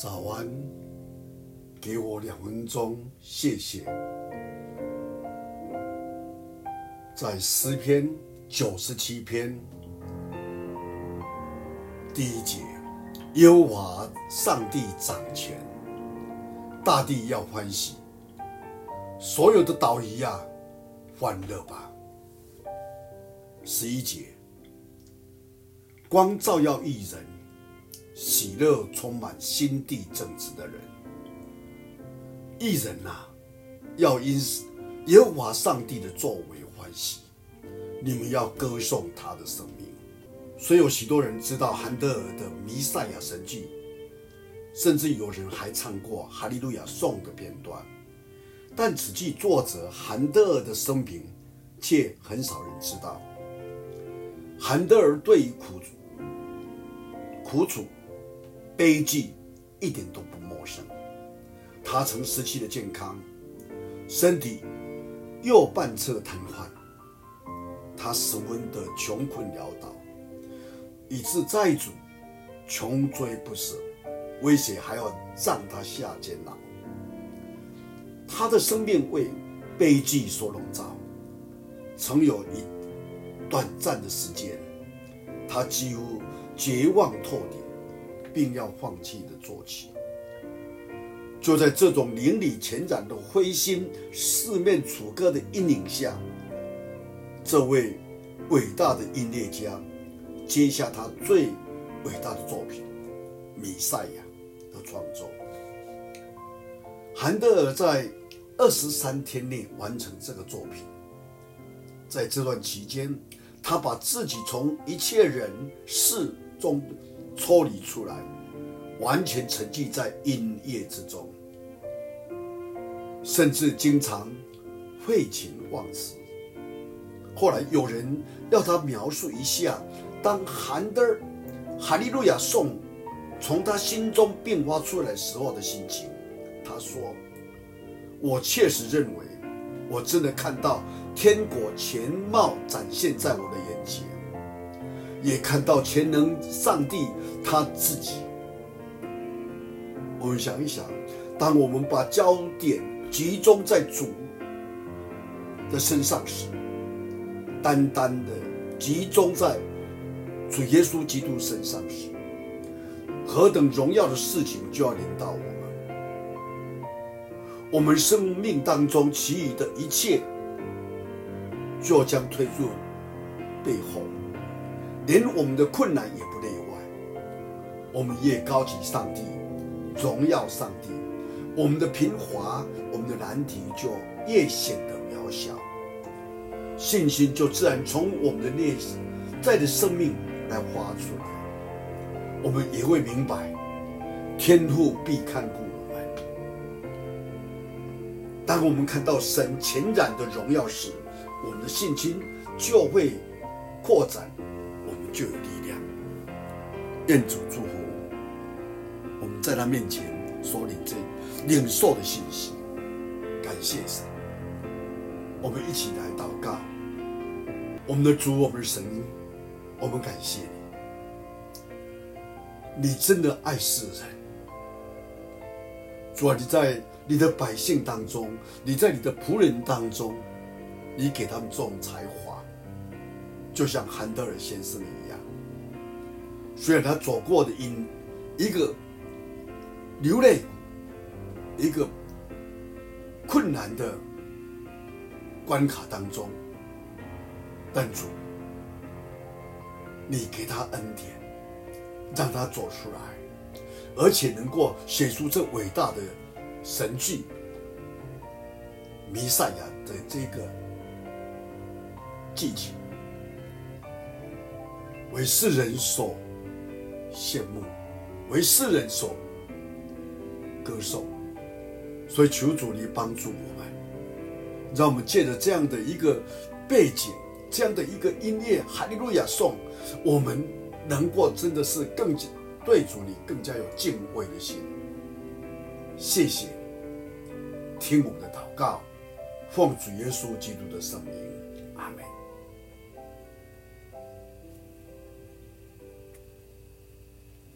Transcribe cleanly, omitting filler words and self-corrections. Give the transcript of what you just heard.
早安，给我2分钟，谢谢。在诗篇97篇第1节，耶和华上帝掌权，大地要欢喜，所有的岛屿啊，欢乐吧。11节，光照耀义人，喜乐充满心地正直的人。义人啊，要因耶和华上帝的作为欢喜，你们要歌颂他的生命。虽有许多人知道韩德尔的弥赛亚神迹，甚至有人还唱过哈利路亚颂的片段，但此记作者韩德尔的生平却很少人知道。韩德尔对于苦楚悲剧一点都不陌生。他曾失去了健康，身体右半侧瘫痪，他十分的穷困潦倒，以致债主穷追不舍，威胁还要让他下监牢。他的生命为悲剧所笼罩，曾有一短暂的时间，他几乎绝望透顶，并要放弃的做起。就在这种淋漓全然的灰心四面楚歌的阴影下，这位伟大的音乐家接下他最伟大的作品《弥赛亚》的创作。韩德尔在23天内完成这个作品。在这段期间，他把自己从一切人事中抽离出来，完全沉浸在音乐之中，甚至经常废寝忘食。后来有人要他描述一下，当韩德尔哈利路亚颂从他心中迸发出来时候的心情。他说：我确实认为，我真的看到天国全貌展现在我的眼前，也看到全能上帝他自己。我们想一想，当我们把焦点集中在主的身上时，单单的集中在主耶稣基督身上时，何等荣耀的事情就要临到我们。我们生命当中其余的一切就将退入背后，连我们的困难也不例外。我们越高举上帝，荣耀上帝，我们的平滑，我们的难题就越显得渺小，信心就自然从我们的内在的生命来发出来。我们也会明白，天父必看顾我们。当我们看到神全然的荣耀时，我们的信心就会扩展，我们就有力量。愿主祝福我们在他面前所领受的信息。感谢神，我们一起来祷告。我们的主，我们的神，我们感谢你，你真的爱世人。主啊，你在你的百姓当中，你在你的仆人当中，你给他们这种才华，就像韩德尔先生一样。虽然他走过的一个流泪谷，一个困难的关卡当中，但主，你给他恩典，让他走出来，而且能够写出这伟大的神迹弥赛亚的这个剧情，为世人所羡慕，为世人所歌颂。所以求主你帮助我们，让我们借着这样的一个背景，这样的一个音乐哈利路亚颂，我们能够真的是更对主你更加有敬畏的心。谢谢你听我们的祷告，奉主耶稣基督的圣名，阿们。